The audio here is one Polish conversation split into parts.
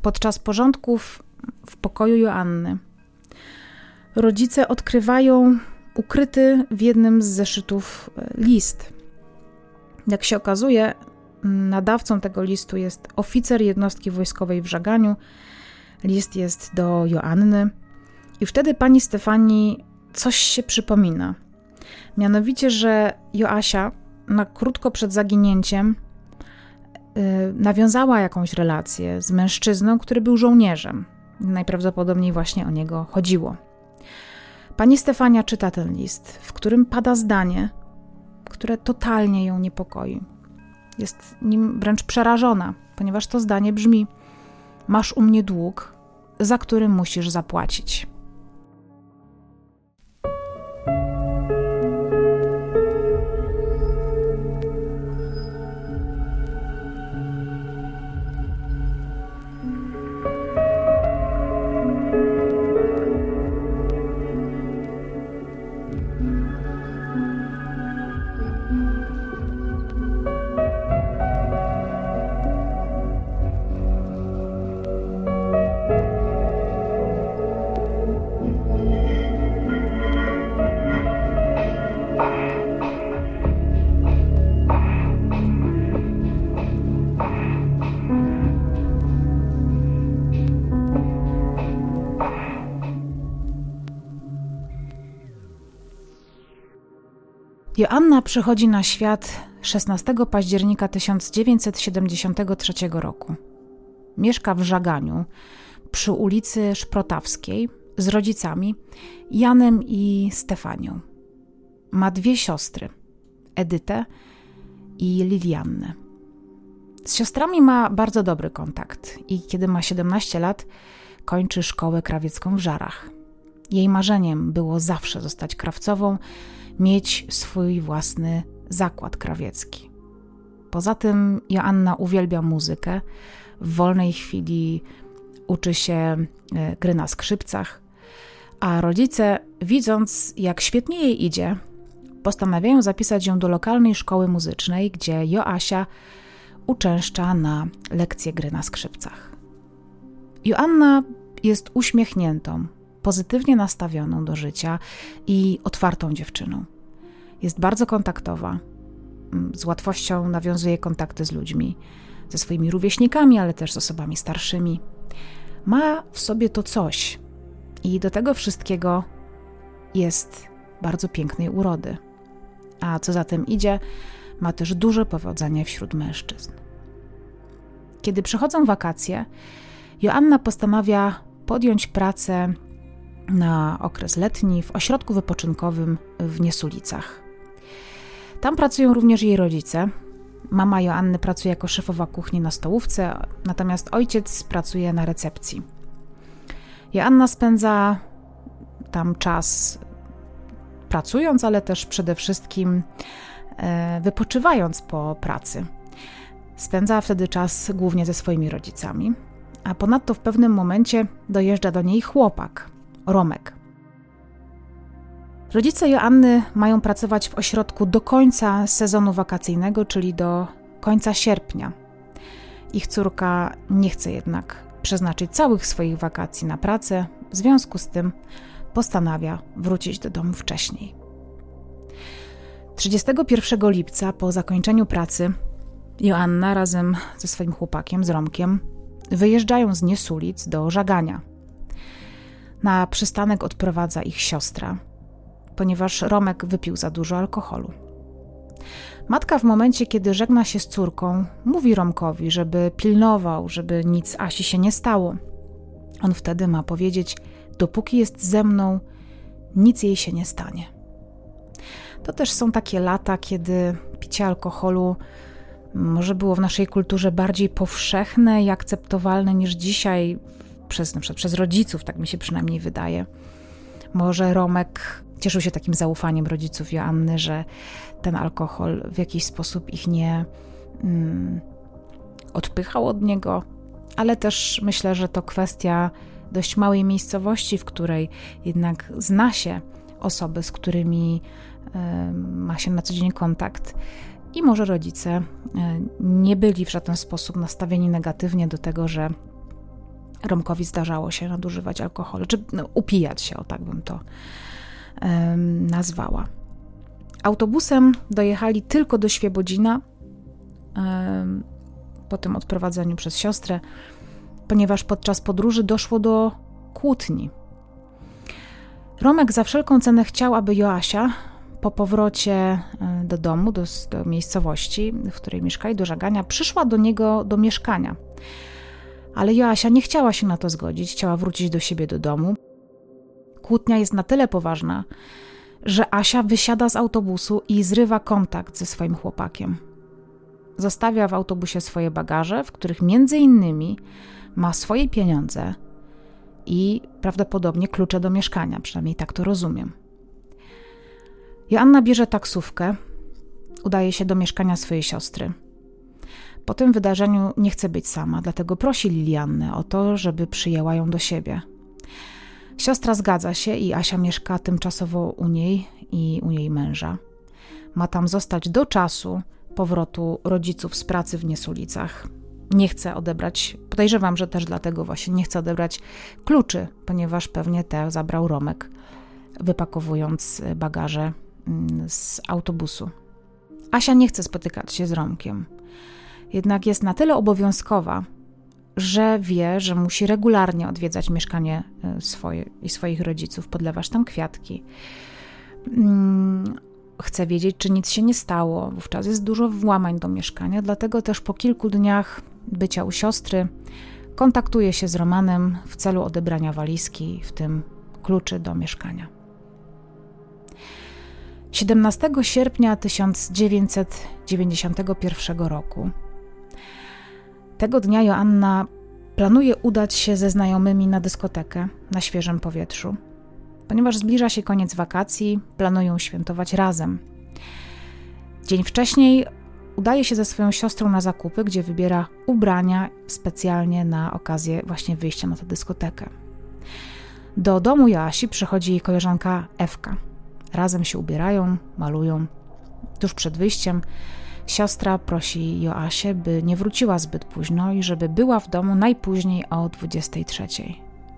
Podczas porządków w pokoju Joanny rodzice odkrywają ukryty w jednym z zeszytów list. Jak się okazuje, nadawcą tego listu jest oficer jednostki wojskowej w Żaganiu. List jest do Joanny i wtedy pani Stefanii coś się przypomina. Mianowicie, że Joasia na krótko przed zaginięciem nawiązała jakąś relację z mężczyzną, który był żołnierzem. Najprawdopodobniej właśnie o niego chodziło. Pani Stefania czyta ten list, w którym pada zdanie, które totalnie ją niepokoi. Jest nim wręcz przerażona, ponieważ to zdanie brzmi: masz u mnie dług, za który musisz zapłacić. Joanna przychodzi na świat 16 października 1973 roku. Mieszka w Żaganiu przy ulicy Szprotawskiej z rodzicami Janem i Stefanią. Ma 2 siostry, Edytę i Liliannę. Z siostrami ma bardzo dobry kontakt i kiedy ma 17 lat, kończy szkołę krawiecką w Żarach. Jej marzeniem było zawsze zostać krawcową, mieć swój własny zakład krawiecki. Poza tym Joanna uwielbia muzykę. W wolnej chwili uczy się gry na skrzypcach, a rodzice, widząc jak świetnie jej idzie, postanawiają zapisać ją do lokalnej szkoły muzycznej, gdzie Joasia uczęszcza na lekcje gry na skrzypcach. Joanna jest uśmiechniętą, pozytywnie nastawioną do życia i otwartą dziewczyną. Jest bardzo kontaktowa, z łatwością nawiązuje kontakty z ludźmi, ze swoimi rówieśnikami, ale też z osobami starszymi. Ma w sobie to coś i do tego wszystkiego jest bardzo pięknej urody. A co za tym idzie, ma też duże powodzenie wśród mężczyzn. Kiedy przychodzą wakacje, Joanna postanawia podjąć pracę na okres letni w ośrodku wypoczynkowym w Niesulicach. Tam pracują również jej rodzice. Mama Joanny pracuje jako szefowa kuchni na stołówce, natomiast ojciec pracuje na recepcji. Joanna spędza tam czas pracując, ale też przede wszystkim wypoczywając po pracy. Spędza wtedy czas głównie ze swoimi rodzicami, a ponadto w pewnym momencie dojeżdża do niej chłopak, Romek. Rodzice Joanny mają pracować w ośrodku do końca sezonu wakacyjnego, czyli do końca sierpnia. Ich córka nie chce jednak przeznaczyć całych swoich wakacji na pracę, w związku z tym postanawia wrócić do domu wcześniej. 31 lipca po zakończeniu pracy Joanna razem ze swoim chłopakiem, z Romkiem, wyjeżdżają z Niesulic do Żagania. Na przystanek odprowadza ich siostra, ponieważ Romek wypił za dużo alkoholu. Matka w momencie, kiedy żegna się z córką, mówi Romkowi, żeby pilnował, żeby nic Asi się nie stało. On wtedy ma powiedzieć: dopóki jest ze mną, nic jej się nie stanie. To też są takie lata, kiedy picie alkoholu może było w naszej kulturze bardziej powszechne i akceptowalne niż dzisiaj przez rodziców, tak mi się przynajmniej wydaje. Może Romek cieszył się takim zaufaniem rodziców Joanny, że ten alkohol w jakiś sposób ich nie odpychał od niego, ale też myślę, że to kwestia dość małej miejscowości, w której jednak zna się osoby, z którymi ma się na co dzień kontakt i może rodzice nie byli w żaden sposób nastawieni negatywnie do tego, że Romkowi zdarzało się nadużywać alkoholu, czy upijać się, o tak bym to nazwała. Autobusem dojechali tylko do Świebodzina po tym odprowadzeniu przez siostrę, ponieważ podczas podróży doszło do kłótni. Romek za wszelką cenę chciał, aby Joasia po powrocie do domu, do miejscowości, w której mieszkali, do Żagania, przyszła do niego do mieszkania. Ale Joasia nie chciała się na to zgodzić, chciała wrócić do siebie do domu. Kłótnia jest na tyle poważna, że Asia wysiada z autobusu i zrywa kontakt ze swoim chłopakiem. Zostawia w autobusie swoje bagaże, w których między innymi ma swoje pieniądze i prawdopodobnie klucze do mieszkania, przynajmniej tak to rozumiem. Joanna bierze taksówkę, udaje się do mieszkania swojej siostry. Po tym wydarzeniu nie chce być sama, dlatego prosi Liliannę o to, żeby przyjęła ją do siebie. Siostra zgadza się i Asia mieszka tymczasowo u niej i u jej męża. Ma tam zostać do czasu powrotu rodziców z pracy w Niesulicach. Nie chce odebrać, podejrzewam, że też dlatego właśnie nie chce odebrać kluczy, ponieważ pewnie te zabrał Romek, wypakowując bagaże z autobusu. Asia nie chce spotykać się z Romkiem, jednak jest na tyle obowiązkowa, że wie, że musi regularnie odwiedzać mieszkanie swoich rodziców, podlewać tam kwiatki. Chce wiedzieć, czy nic się nie stało. Wówczas jest dużo włamań do mieszkania, dlatego też po kilku dniach bycia u siostry kontaktuje się z Romanem w celu odebrania walizki, w tym kluczy do mieszkania. 17 sierpnia 1991 roku. Tego dnia Joanna planuje udać się ze znajomymi na dyskotekę na świeżym powietrzu. Ponieważ zbliża się koniec wakacji, planują świętować razem. Dzień wcześniej udaje się ze swoją siostrą na zakupy, gdzie wybiera ubrania specjalnie na okazję właśnie wyjścia na tę dyskotekę. Do domu Joasi przychodzi jej koleżanka Ewka. Razem się ubierają, malują. Tuż przed wyjściem siostra prosi Joasię, by nie wróciła zbyt późno i żeby była w domu najpóźniej o 23:00.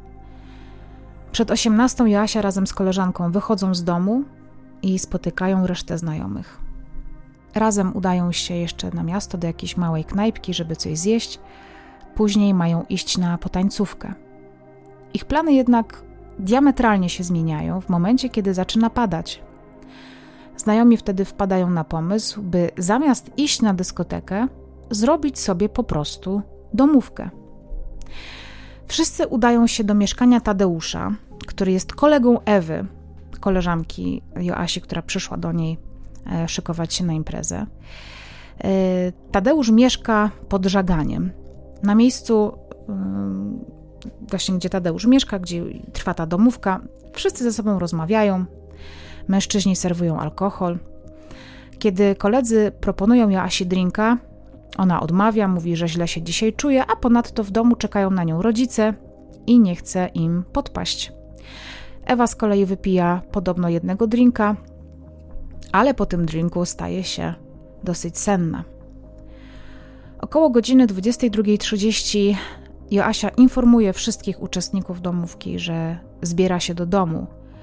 Przed 18:00 Joasia razem z koleżanką wychodzą z domu i spotykają resztę znajomych. Razem udają się jeszcze na miasto do jakiejś małej knajpki, żeby coś zjeść. Później mają iść na potańcówkę. Ich plany jednak diametralnie się zmieniają w momencie, kiedy zaczyna padać. Znajomi wtedy wpadają na pomysł, by zamiast iść na dyskotekę, zrobić sobie po prostu domówkę. Wszyscy udają się do mieszkania Tadeusza, który jest kolegą Ewy, koleżanki Joasi, która przyszła do niej szykować się na imprezę. Tadeusz mieszka pod Żaganiem. Na miejscu, właśnie gdzie Tadeusz mieszka, gdzie trwa ta domówka, wszyscy ze sobą rozmawiają, mężczyźni serwują alkohol. Kiedy koledzy proponują Joasi drinka, ona odmawia, mówi, że źle się dzisiaj czuje, a ponadto w domu czekają na nią rodzice i nie chce im podpaść. Ewa z kolei wypija podobno jednego drinka, ale po tym drinku staje się dosyć senna. Około godziny 22:30 Joasia informuje wszystkich uczestników domówki, że zbiera się do domu,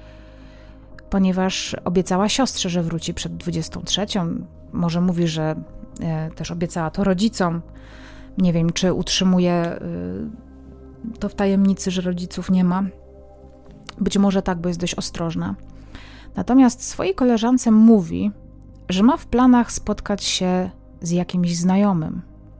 ponieważ obiecała siostrze, że wróci przed 23:00. Może mówi, że też obiecała to rodzicom. Nie wiem, czy utrzymuje to w tajemnicy, że rodziców nie ma. Być może tak, bo jest dość ostrożna. Natomiast swojej koleżance mówi, że ma w planach spotkać się z jakimś znajomym.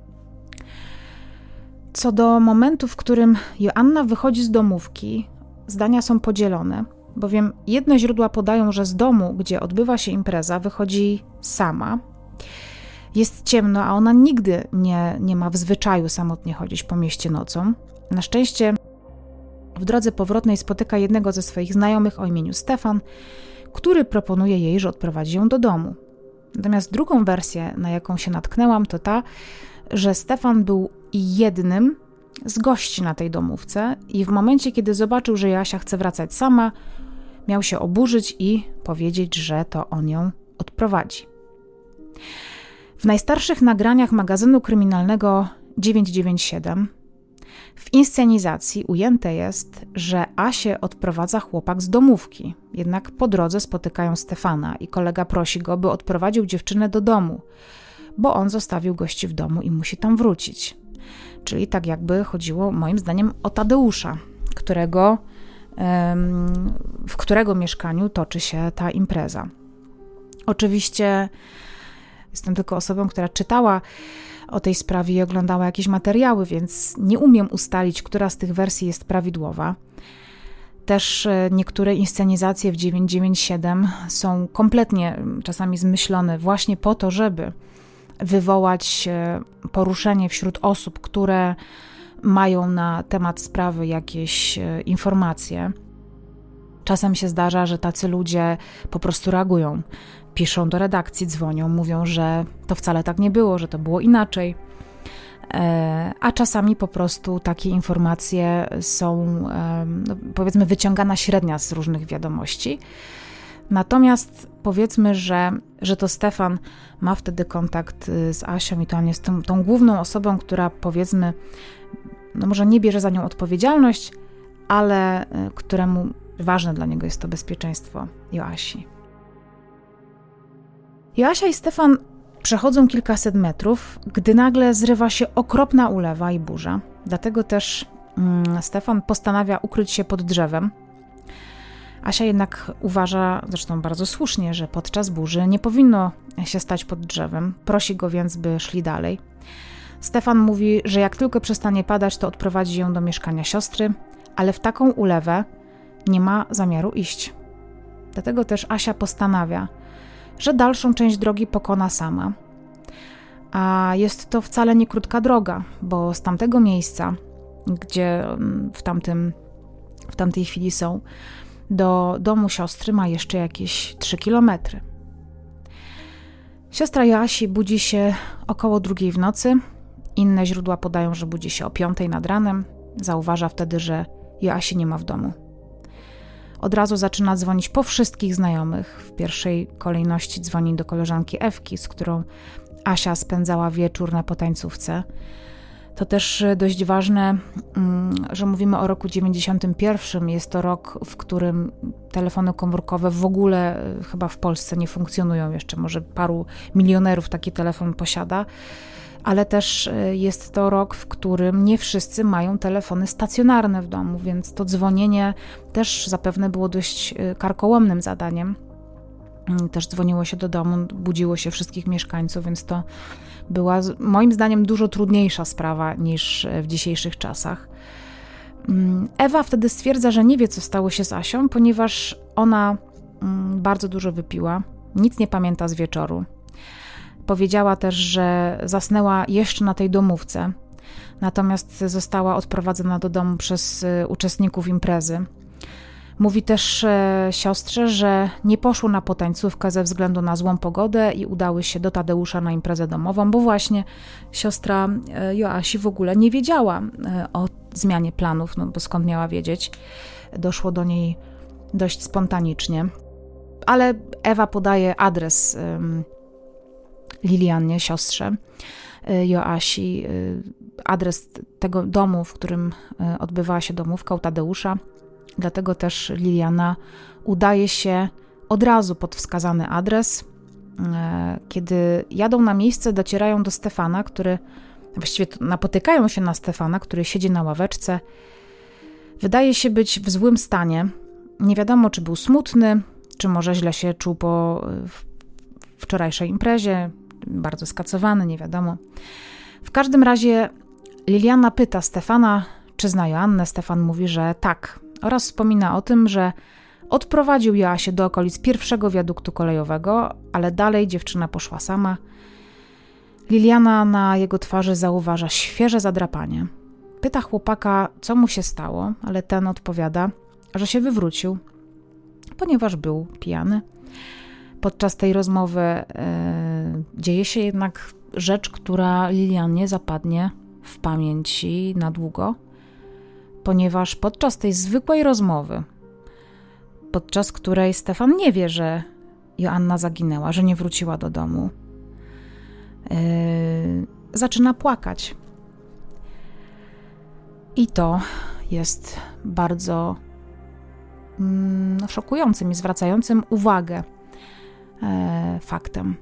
Co do momentu, w którym Joanna wychodzi z domówki, zdania są podzielone, bowiem jedne źródła podają, że z domu, gdzie odbywa się impreza, wychodzi sama. Jest ciemno, a ona nigdy nie ma w zwyczaju samotnie chodzić po mieście nocą. Na szczęście w drodze powrotnej spotyka jednego ze swoich znajomych o imieniu Stefan, który proponuje jej, że odprowadzi ją do domu. Natomiast drugą wersję, na jaką się natknęłam, to ta, że Stefan był jednym z gości na tej domówce i w momencie, kiedy zobaczył, że Joasia chce wracać sama, miał się oburzyć i powiedzieć, że to on ją odprowadzi. W najstarszych nagraniach magazynu kryminalnego 997 W inscenizacji ujęte jest, że Asię odprowadza chłopak z domówki, jednak po drodze spotykają Stefana i kolega prosi go, by odprowadził dziewczynę do domu, bo on zostawił gości w domu i musi tam wrócić. Czyli tak jakby chodziło moim zdaniem o Tadeusza, w którego mieszkaniu toczy się ta impreza. Oczywiście jestem tylko osobą, która czytała o tej sprawie i oglądała jakieś materiały, więc nie umiem ustalić, która z tych wersji jest prawidłowa. Też niektóre inscenizacje w 997 są kompletnie czasami zmyślone właśnie po to, żeby wywołać poruszenie wśród osób, które mają na temat sprawy jakieś informacje. Czasem się zdarza, że tacy ludzie po prostu reagują. Piszą do redakcji, dzwonią, mówią, że to wcale tak nie było, że to było inaczej. A czasami po prostu takie informacje są, powiedzmy, wyciągana średnia z różnych wiadomości. Natomiast powiedzmy, że to Stefan ma wtedy kontakt z Asią i to on jest tą główną osobą, która, powiedzmy, no może nie bierze za nią odpowiedzialność, ale któremu ważne dla niego jest to bezpieczeństwo Joasi. Joasia i Stefan przechodzą kilkaset metrów, gdy nagle zrywa się okropna ulewa i burza. Dlatego też Stefan postanawia ukryć się pod drzewem. Asia jednak uważa, zresztą bardzo słusznie, że podczas burzy nie powinno się stać pod drzewem. Prosi go więc, by szli dalej. Stefan mówi, że jak tylko przestanie padać, to odprowadzi ją do mieszkania siostry, ale w taką ulewę nie ma zamiaru iść. Dlatego też Asia postanawia, że dalszą część drogi pokona sama. A jest to wcale nie krótka droga, bo z tamtego miejsca, gdzie w tamtej chwili są, do domu siostry ma jeszcze jakieś 3 kilometry. Siostra Joasi budzi się około 2 w nocy. Inne źródła podają, że budzi się o 5 nad ranem. Zauważa wtedy, że Joasi nie ma w domu. Od razu zaczyna dzwonić po wszystkich znajomych. W pierwszej kolejności dzwoni do koleżanki Ewki, z którą Asia spędzała wieczór na potańcówce. To też dość ważne, że mówimy o roku 91. Jest to rok, w którym telefony komórkowe w ogóle chyba w Polsce nie funkcjonują jeszcze. Może paru milionerów taki telefon posiada, ale też jest to rok, w którym nie wszyscy mają telefony stacjonarne w domu, więc to dzwonienie też zapewne było dość karkołomnym zadaniem. Też dzwoniło się do domu, budziło się wszystkich mieszkańców, więc to była moim zdaniem dużo trudniejsza sprawa niż w dzisiejszych czasach. Ewa wtedy stwierdza, że nie wie, co stało się z Asią, ponieważ ona bardzo dużo wypiła, nic nie pamięta z wieczoru. Powiedziała też, że zasnęła jeszcze na tej domówce, natomiast została odprowadzona do domu przez uczestników imprezy. Mówi też siostrze, że nie poszło na potańcówkę ze względu na złą pogodę i udały się do Tadeusza na imprezę domową, bo właśnie siostra Joasi w ogóle nie wiedziała o zmianie planów, no bo skąd miała wiedzieć. Doszło do niej dość spontanicznie. Ale Ewa podaje adres Liliannie, siostrze Joasi, adres tego domu, w którym odbywała się domówka u Tadeusza. Dlatego też Liliana udaje się od razu pod wskazany adres. Kiedy jadą na miejsce, docierają do Stefana, właściwie napotykają się na Stefana, który siedzi na ławeczce. Wydaje się być w złym stanie. Nie wiadomo, czy był smutny, czy może źle się czuł po wczorajszej imprezie. Bardzo skacowany, nie wiadomo. W każdym razie Liliana pyta Stefana, czy zna Joannę. Stefan mówi, że tak. Oraz wspomina o tym, że odprowadził Joasię do okolic pierwszego wiaduktu kolejowego, ale dalej dziewczyna poszła sama. Liliana na jego twarzy zauważa świeże zadrapanie. Pyta chłopaka, co mu się stało, ale ten odpowiada, że się wywrócił, ponieważ był pijany. Podczas tej rozmowy dzieje się jednak rzecz, która Lilianie zapadnie w pamięci na długo, ponieważ podczas tej zwykłej rozmowy, podczas której Stefan nie wie, że Joanna zaginęła, że nie wróciła do domu, zaczyna płakać. I to jest bardzo szokującym i zwracającym uwagę faktem.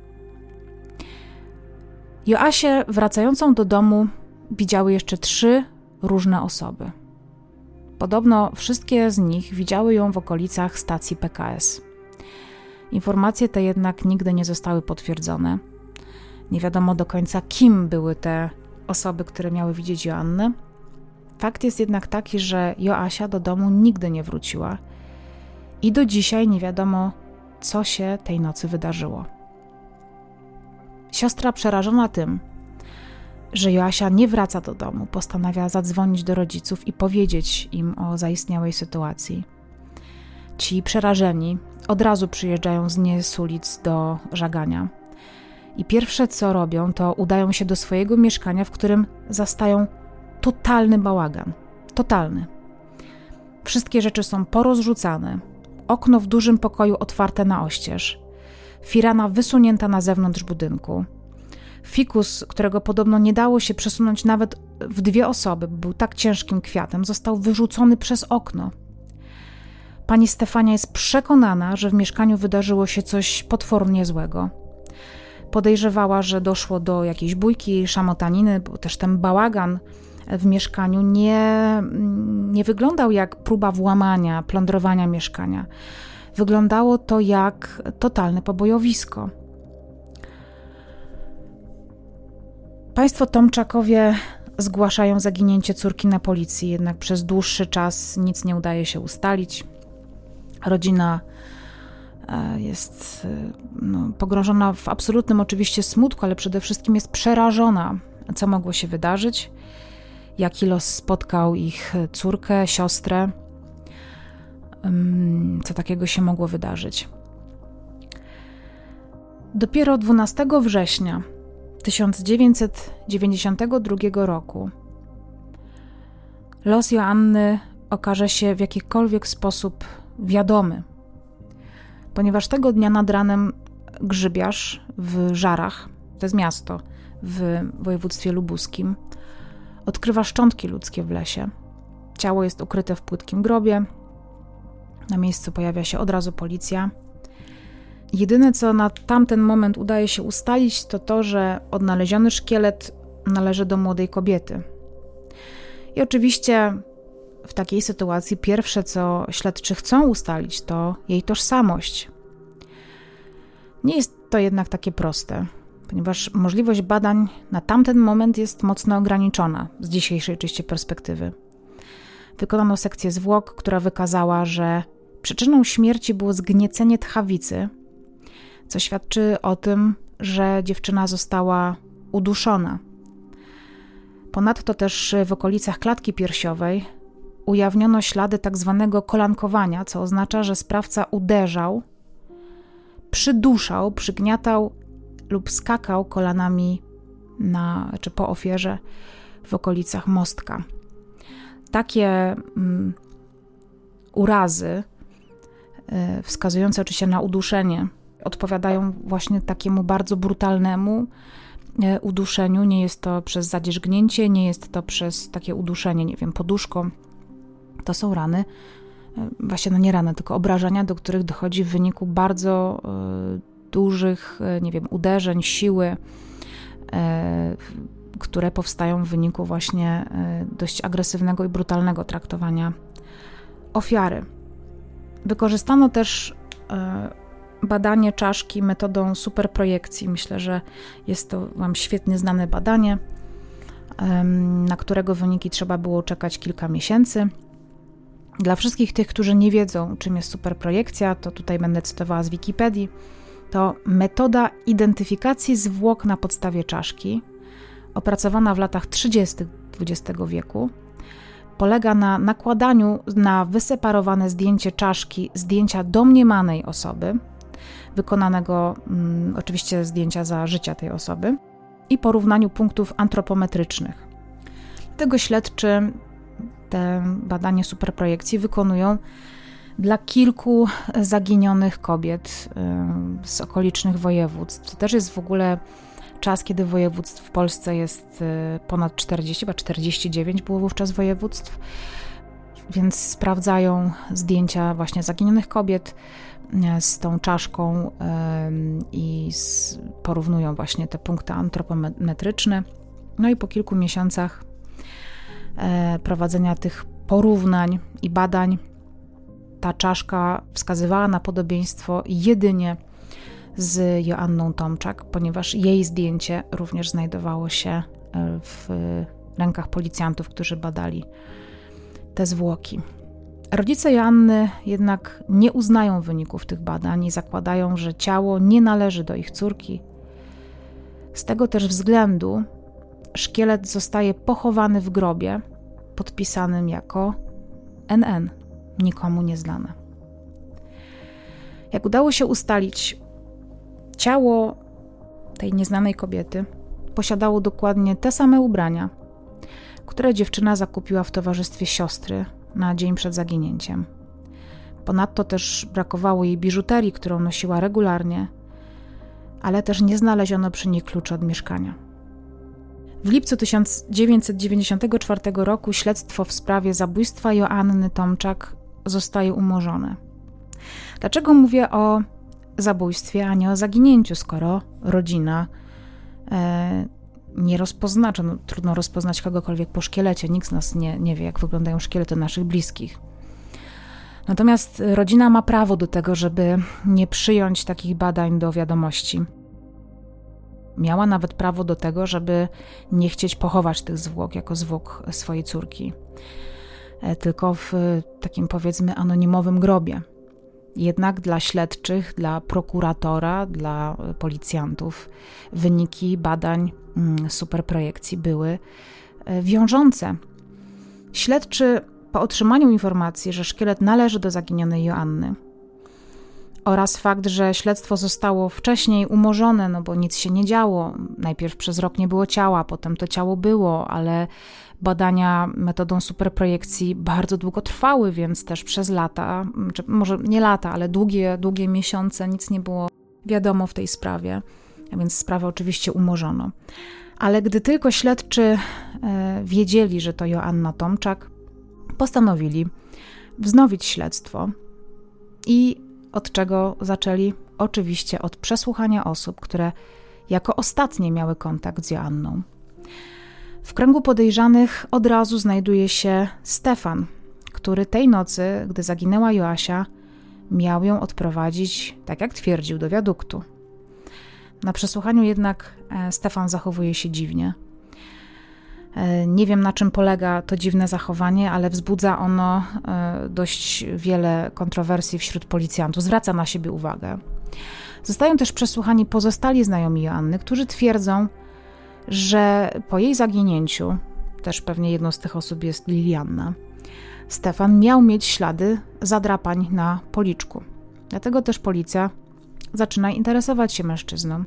Joasię wracającą do domu widziały jeszcze 3 różne osoby. Podobno wszystkie z nich widziały ją w okolicach stacji PKS. Informacje te jednak nigdy nie zostały potwierdzone. Nie wiadomo do końca, kim były te osoby, które miały widzieć Joannę. Fakt jest jednak taki, że Joasia do domu nigdy nie wróciła i do dzisiaj nie wiadomo, co się tej nocy wydarzyło. Siostra, przerażona tym, że Joasia nie wraca do domu, postanawia zadzwonić do rodziców i powiedzieć im o zaistniałej sytuacji. Ci przerażeni od razu przyjeżdżają z ulic do Żagania i pierwsze co robią, to udają się do swojego mieszkania, w którym zastają totalny bałagan. Totalny. Wszystkie rzeczy są porozrzucane, okno w dużym pokoju otwarte na oścież, firana wysunięta na zewnątrz budynku, fikus, którego podobno nie dało się przesunąć nawet w 2 osoby, bo był tak ciężkim kwiatem, został wyrzucony przez okno. Pani Stefania jest przekonana, że w mieszkaniu wydarzyło się coś potwornie złego. Podejrzewała, że doszło do jakiejś bójki, szamotaniny, bo też ten bałagan w mieszkaniu nie wyglądał jak próba włamania, plądrowania mieszkania. Wyglądało to jak totalne pobojowisko. Państwo Tomczakowie zgłaszają zaginięcie córki na policji, jednak przez dłuższy czas nic nie udaje się ustalić. Rodzina jest pogrążona w absolutnym oczywiście smutku, ale przede wszystkim jest przerażona, co mogło się wydarzyć, jaki los spotkał ich córkę, siostrę, co takiego się mogło wydarzyć. Dopiero 12 września 1992 roku los Joanny okaże się w jakikolwiek sposób wiadomy, ponieważ tego dnia nad ranem grzybiarz w Żarach, to jest miasto w województwie lubuskim, odkrywa szczątki ludzkie w lesie. Ciało jest ukryte w płytkim grobie. Na miejscu pojawia się od razu policja. Jedyne, co na tamten moment udaje się ustalić, to to, że odnaleziony szkielet należy do młodej kobiety. I oczywiście w takiej sytuacji pierwsze, co śledczy chcą ustalić, to jej tożsamość. Nie jest to jednak takie proste, ponieważ możliwość badań na tamten moment jest mocno ograniczona z dzisiejszej oczywiście perspektywy. Wykonano sekcję zwłok, która wykazała, że przyczyną śmierci było zgniecenie tchawicy, co świadczy o tym, że dziewczyna została uduszona. Ponadto też w okolicach klatki piersiowej ujawniono ślady tak zwanego kolankowania, co oznacza, że sprawca uderzał, przyduszał, przygniatał lub skakał kolanami po ofierze w okolicach mostka. Takie urazy, wskazujące oczywiście na uduszenie, odpowiadają właśnie takiemu bardzo brutalnemu uduszeniu. Nie jest to przez zadzierzgnięcie, nie jest to przez takie uduszenie, poduszką. To są rany, właśnie nie rany, tylko obrażenia, do których dochodzi w wyniku bardzo dużych, uderzeń, siły, które powstają w wyniku właśnie dość agresywnego i brutalnego traktowania ofiary. Wykorzystano też badanie czaszki metodą superprojekcji. Myślę, że jest to Wam świetnie znane badanie, na którego wyniki trzeba było czekać kilka miesięcy. Dla wszystkich tych, którzy nie wiedzą, czym jest superprojekcja, to tutaj będę cytowała z Wikipedii, to metoda identyfikacji zwłok na podstawie czaszki, opracowana w latach 30. XX wieku, polega na nakładaniu na wyseparowane zdjęcie czaszki zdjęcia domniemanej osoby, wykonanego oczywiście zdjęcia za życia tej osoby, i porównaniu punktów antropometrycznych. Dlatego śledczy te badanie superprojekcji wykonują dla kilku zaginionych kobiet z okolicznych województw. To też jest w ogóle czas, kiedy województw w Polsce jest ponad 40, chyba 49 było wówczas województw, więc sprawdzają zdjęcia właśnie zaginionych kobiet z tą czaszką i porównują właśnie te punkty antropometryczne. No i po kilku miesiącach prowadzenia tych porównań i badań ta czaszka wskazywała na podobieństwo jedynie z Joanną Tomczak, ponieważ jej zdjęcie również znajdowało się w rękach policjantów, którzy badali te zwłoki. Rodzice Joanny jednak nie uznają wyników tych badań i zakładają, że ciało nie należy do ich córki. Z tego też względu szkielet zostaje pochowany w grobie podpisanym jako NN, nikomu nieznane. Jak udało się ustalić, ciało tej nieznanej kobiety posiadało dokładnie te same ubrania, które dziewczyna zakupiła w towarzystwie siostry na dzień przed zaginięciem. Ponadto też brakowało jej biżuterii, którą nosiła regularnie, ale też nie znaleziono przy niej kluczy od mieszkania. W lipcu 1994 roku śledztwo w sprawie zabójstwa Joanny Tomczak zostaje umorzone. Dlaczego mówię o zabójstwie, a nie o zaginięciu, skoro rodzina nie rozpozna, trudno rozpoznać kogokolwiek po szkielecie, nikt z nas nie wie, jak wyglądają szkielety naszych bliskich. Natomiast rodzina ma prawo do tego, żeby nie przyjąć takich badań do wiadomości. Miała nawet prawo do tego, żeby nie chcieć pochować tych zwłok jako zwłok swojej córki, tylko w takim, powiedzmy, anonimowym grobie. Jednak dla śledczych, dla prokuratora, dla policjantów wyniki badań superprojekcji były wiążące. Śledczy po otrzymaniu informacji, że szkielet należy do zaginionej Joanny oraz fakt, że śledztwo zostało wcześniej umorzone, bo nic się nie działo. Najpierw przez rok nie było ciała, potem to ciało było, ale badania metodą superprojekcji bardzo długo trwały, więc też przez lata, czy może nie lata, ale długie miesiące nic nie było wiadomo w tej sprawie, a więc sprawę oczywiście umorzono. Ale gdy tylko śledczy wiedzieli, że to Joanna Tomczak, postanowili wznowić śledztwo i od czego zaczęli? Oczywiście od przesłuchania osób, które jako ostatnie miały kontakt z Joanną. W kręgu podejrzanych od razu znajduje się Stefan, który tej nocy, gdy zaginęła Joasia, miał ją odprowadzić, tak jak twierdził, do wiaduktu. Na przesłuchaniu jednak Stefan zachowuje się dziwnie. Nie wiem, na czym polega to dziwne zachowanie, ale wzbudza ono dość wiele kontrowersji wśród policjantów. Zwraca na siebie uwagę. Zostają też przesłuchani pozostali znajomi Joanny, którzy twierdzą, że po jej zaginięciu, też pewnie jedną z tych osób jest Lilianna, Stefan miał mieć ślady zadrapań na policzku. Dlatego też policja zaczyna interesować się mężczyzną.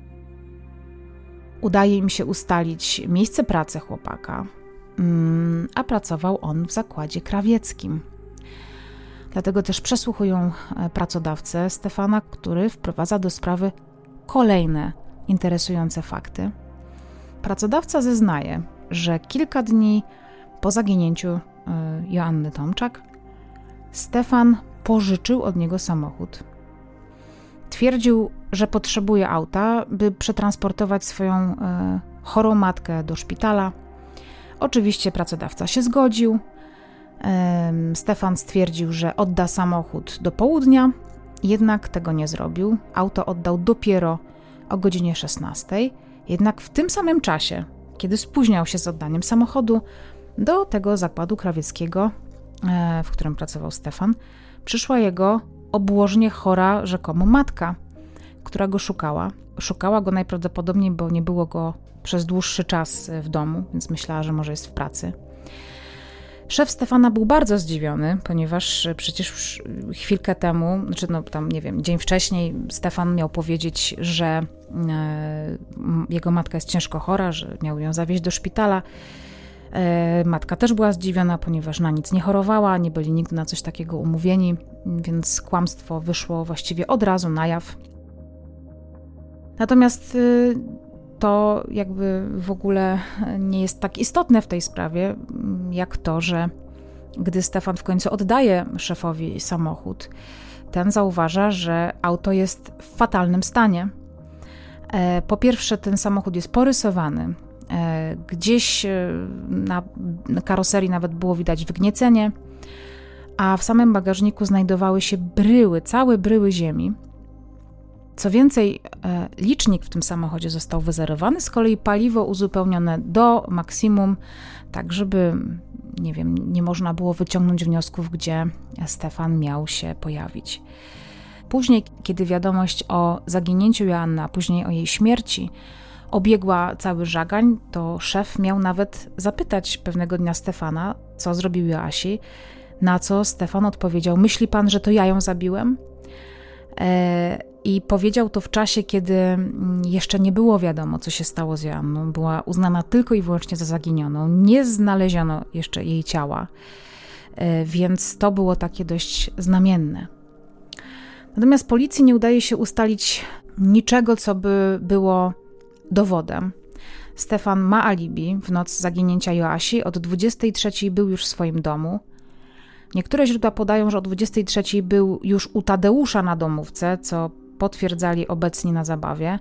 Udaje im się ustalić miejsce pracy chłopaka, a pracował on w zakładzie krawieckim. Dlatego też przesłuchują pracodawcę Stefana, który wprowadza do sprawy kolejne interesujące fakty. Pracodawca zeznaje, że kilka dni po zaginięciu Joanny Tomczak Stefan pożyczył od niego samochód. Twierdził, że potrzebuje auta, by przetransportować swoją chorą matkę do szpitala. Oczywiście pracodawca się zgodził. Stefan stwierdził, że odda samochód do południa, jednak tego nie zrobił. Auto oddał dopiero o godzinie 16. Jednak w tym samym czasie, kiedy spóźniał się z oddaniem samochodu, do tego zakładu krawieckiego, w którym pracował Stefan, przyszła jego obłożnie chora rzekomo matka, która go szukała. Szukała go najprawdopodobniej, bo nie było go przez dłuższy czas w domu, więc myślała, że może jest w pracy. Szef Stefana był bardzo zdziwiony, ponieważ przecież chwilkę temu, dzień wcześniej Stefan miał powiedzieć, że jego matka jest ciężko chora, że miał ją zawieźć do szpitala. Matka też była zdziwiona, ponieważ na nic nie chorowała, nie byli nigdy na coś takiego umówieni, więc kłamstwo wyszło właściwie od razu na jaw. Natomiast to jakby w ogóle nie jest tak istotne w tej sprawie, jak to, że gdy Stefan w końcu oddaje szefowi samochód, ten zauważa, że auto jest w fatalnym stanie. Po pierwsze, ten samochód jest porysowany. Gdzieś na karoserii nawet było widać wygniecenie, a w samym bagażniku znajdowały się bryły, całe bryły ziemi. Co więcej, licznik w tym samochodzie został wyzerowany, z kolei paliwo uzupełnione do maksimum, tak żeby, nie można było wyciągnąć wniosków, gdzie Stefan miał się pojawić. Później, kiedy wiadomość o zaginięciu Joanny, a później o jej śmierci obiegła cały Żagań, to szef miał nawet zapytać pewnego dnia Stefana, co zrobił Joasi, na co Stefan odpowiedział: myśli pan, że to ja ją zabiłem? I powiedział to w czasie, kiedy jeszcze nie było wiadomo, co się stało z Joanną. Była uznana tylko i wyłącznie za zaginioną. Nie znaleziono jeszcze jej ciała, więc to było takie dość znamienne. Natomiast policji nie udaje się ustalić niczego, co by było dowodem. Stefan ma alibi. W noc zaginięcia Joasi od 23 był już w swoim domu. Niektóre źródła podają, że o 23 był już u Tadeusza na domówce, co potwierdzali obecni na zabawie.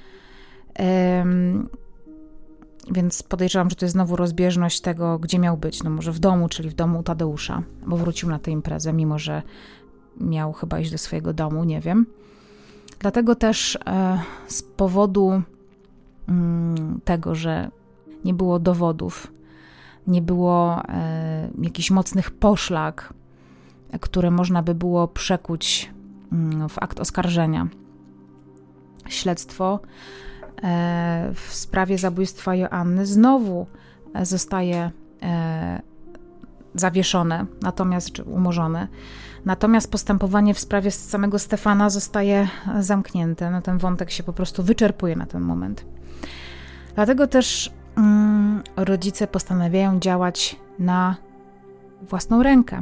Więc podejrzewam, że to jest znowu rozbieżność tego, gdzie miał być. No może w domu, czyli w domu u Tadeusza, bo wrócił na tę imprezę, mimo że miał chyba iść do swojego domu, nie wiem. Dlatego też z powodu tego, że nie było dowodów, nie było jakichś mocnych poszlak, które można by było przekuć w akt oskarżenia. Śledztwo w sprawie zabójstwa Joanny znowu zostaje zawieszone, czy umorzone. Natomiast postępowanie w sprawie samego Stefana zostaje zamknięte. No, ten wątek się po prostu wyczerpuje na ten moment. Dlatego też rodzice postanawiają działać na własną rękę.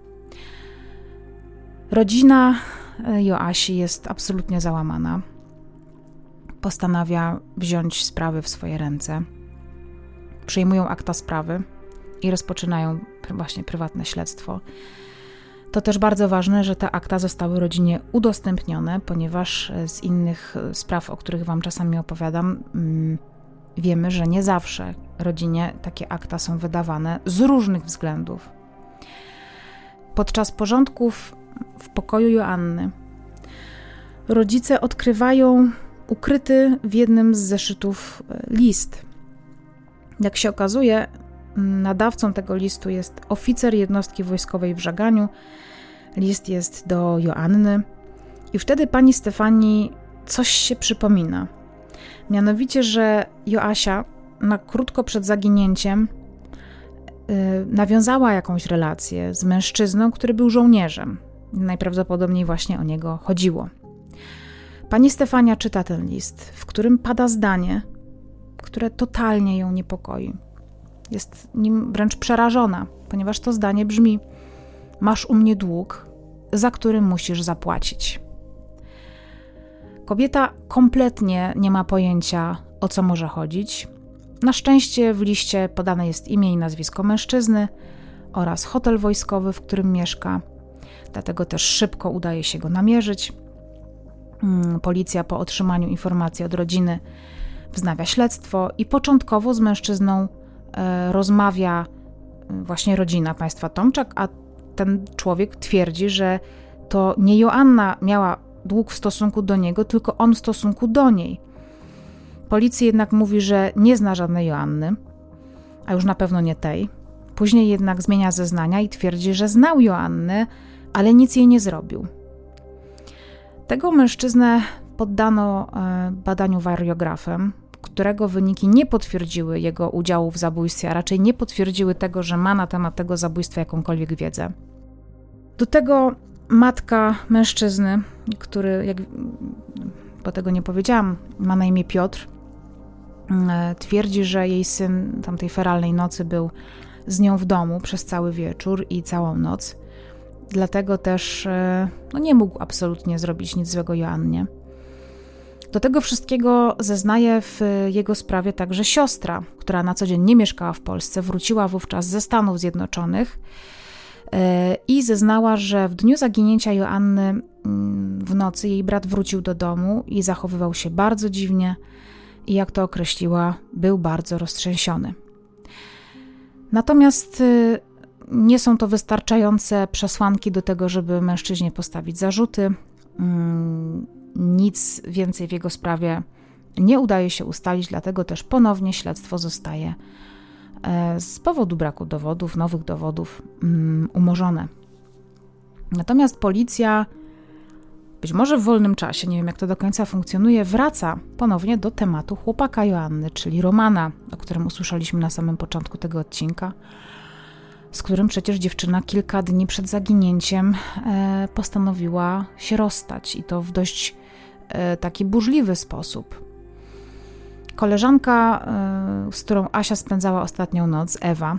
Rodzina Joasi jest absolutnie załamana. Postanawia wziąć sprawy w swoje ręce. Przyjmują akta sprawy i rozpoczynają właśnie prywatne śledztwo. To też bardzo ważne, że te akta zostały rodzinie udostępnione, ponieważ z innych spraw, o których wam czasami opowiadam, wiemy, że nie zawsze rodzinie takie akta są wydawane z różnych względów. Podczas porządków w pokoju Joanny rodzice odkrywają ukryty w jednym z zeszytów list. Jak się okazuje, nadawcą tego listu jest oficer jednostki wojskowej w Żaganiu. List jest do Joanny i wtedy pani Stefanii coś się przypomina. Mianowicie, że Joasia na krótko przed zaginięciem nawiązała jakąś relację z mężczyzną, który był żołnierzem. Najprawdopodobniej właśnie o niego chodziło. Pani Stefania czyta ten list, w którym pada zdanie, które totalnie ją niepokoi. Jest nim wręcz przerażona, ponieważ to zdanie brzmi: masz u mnie dług, za który musisz zapłacić. Kobieta kompletnie nie ma pojęcia, o co może chodzić. Na szczęście w liście podane jest imię i nazwisko mężczyzny oraz hotel wojskowy, w którym mieszka. Dlatego też szybko udaje się go namierzyć. Policja po otrzymaniu informacji od rodziny wznawia śledztwo i początkowo z mężczyzną rozmawia właśnie rodzina państwa Tomczak, a ten człowiek twierdzi, że to nie Joanna miała dług w stosunku do niego, tylko on w stosunku do niej. Policji jednak mówi, że nie zna żadnej Joanny, a już na pewno nie tej. Później jednak zmienia zeznania i twierdzi, że znał Joannę, ale nic jej nie zrobił. Tego mężczyznę poddano badaniu wariografem, którego wyniki nie potwierdziły jego udziału w zabójstwie, a raczej nie potwierdziły tego, że ma na temat tego zabójstwa jakąkolwiek wiedzę. Do tego matka mężczyzny, który, bo tego nie powiedziałam, ma na imię Piotr, twierdzi, że jej syn tamtej feralnej nocy był z nią w domu przez cały wieczór i całą noc. Dlatego też nie mógł absolutnie zrobić nic złego Joannie. Do tego wszystkiego zeznaje w jego sprawie także siostra, która na co dzień nie mieszkała w Polsce, wróciła wówczas ze Stanów Zjednoczonych i zeznała, że w dniu zaginięcia Joanny w nocy jej brat wrócił do domu i zachowywał się bardzo dziwnie i jak to określiła, był bardzo roztrzęsiony. Natomiast nie są to wystarczające przesłanki do tego, żeby mężczyźnie postawić zarzuty. Nic więcej w jego sprawie nie udaje się ustalić, dlatego też ponownie śledztwo zostaje z powodu braku dowodów, nowych dowodów umorzone. Natomiast policja, być może w wolnym czasie, nie wiem jak to do końca funkcjonuje, wraca ponownie do tematu chłopaka Joanny, czyli Romana, o którym usłyszeliśmy na samym początku tego odcinka, z którym przecież dziewczyna kilka dni przed zaginięciem postanowiła się rozstać i to w dość taki burzliwy sposób. Koleżanka, z którą Asia spędzała ostatnią noc, Ewa,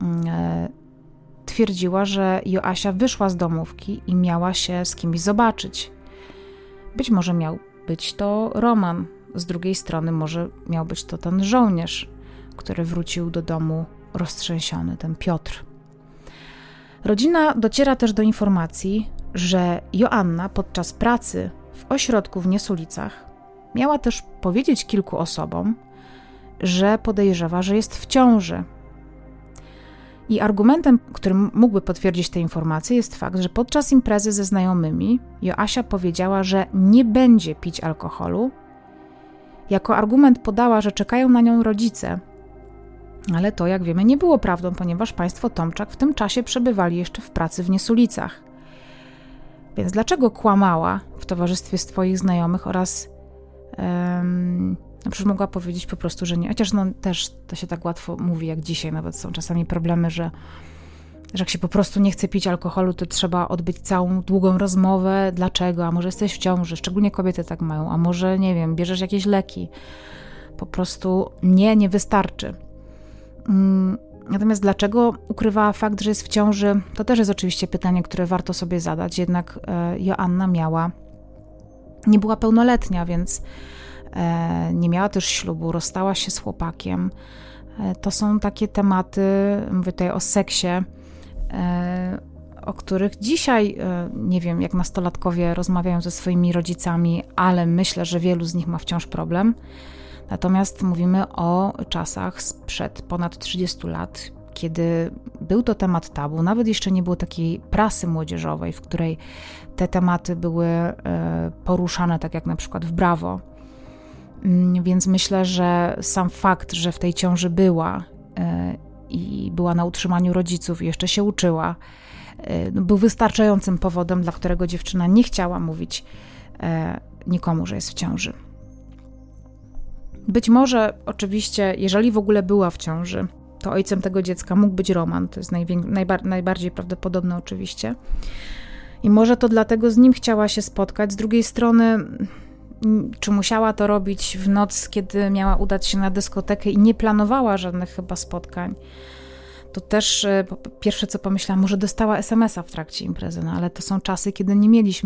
twierdziła, że Joasia wyszła z domówki i miała się z kimś zobaczyć. Być może miał być to Roman, z drugiej strony może miał być to ten żołnierz, który wrócił do domu roztrzęsiony, ten Piotr. Rodzina dociera też do informacji, że Joanna podczas pracy w ośrodku w Niesulicach miała też powiedzieć kilku osobom, że podejrzewa, że jest w ciąży. I argumentem, który mógłby potwierdzić te informacje, jest fakt, że podczas imprezy ze znajomymi Joasia powiedziała, że nie będzie pić alkoholu. Jako argument podała, że czekają na nią rodzice. Ale to, jak wiemy, nie było prawdą, ponieważ państwo Tomczak w tym czasie przebywali jeszcze w pracy w Niesulicach. Więc dlaczego kłamała w towarzystwie swoich znajomych oraz przecież mogła powiedzieć po prostu, że nie. Chociaż też to się tak łatwo mówi jak dzisiaj. Nawet są czasami problemy, że jak się po prostu nie chce pić alkoholu, to trzeba odbyć całą długą rozmowę. Dlaczego? A może jesteś w ciąży? Szczególnie kobiety tak mają. A może, nie wiem, bierzesz jakieś leki? Po prostu nie wystarczy. Natomiast dlaczego ukrywała fakt, że jest w ciąży? To też jest oczywiście pytanie, które warto sobie zadać. Jednak Joanna nie była pełnoletnia, więc nie miała też ślubu, rozstała się z chłopakiem. To są takie tematy, mówię tutaj o seksie, o których dzisiaj, nie wiem, jak nastolatkowie rozmawiają ze swoimi rodzicami, ale myślę, że wielu z nich ma wciąż problem. Natomiast mówimy o czasach sprzed ponad 30 lat, kiedy był to temat tabu. Nawet jeszcze nie było takiej prasy młodzieżowej, w której te tematy były poruszane, tak jak na przykład w Brawo. Więc myślę, że sam fakt, że w tej ciąży była i była na utrzymaniu rodziców i jeszcze się uczyła, był wystarczającym powodem, dla którego dziewczyna nie chciała mówić nikomu, że jest w ciąży. Być może oczywiście, jeżeli w ogóle była w ciąży, to ojcem tego dziecka mógł być Roman, to jest najbardziej prawdopodobne oczywiście. I może to dlatego z nim chciała się spotkać. Z drugiej strony, czy musiała to robić w noc, kiedy miała udać się na dyskotekę i nie planowała żadnych chyba spotkań, to też pierwsze co pomyślałam, może dostała SMS-a w trakcie imprezy, no ale to są czasy, kiedy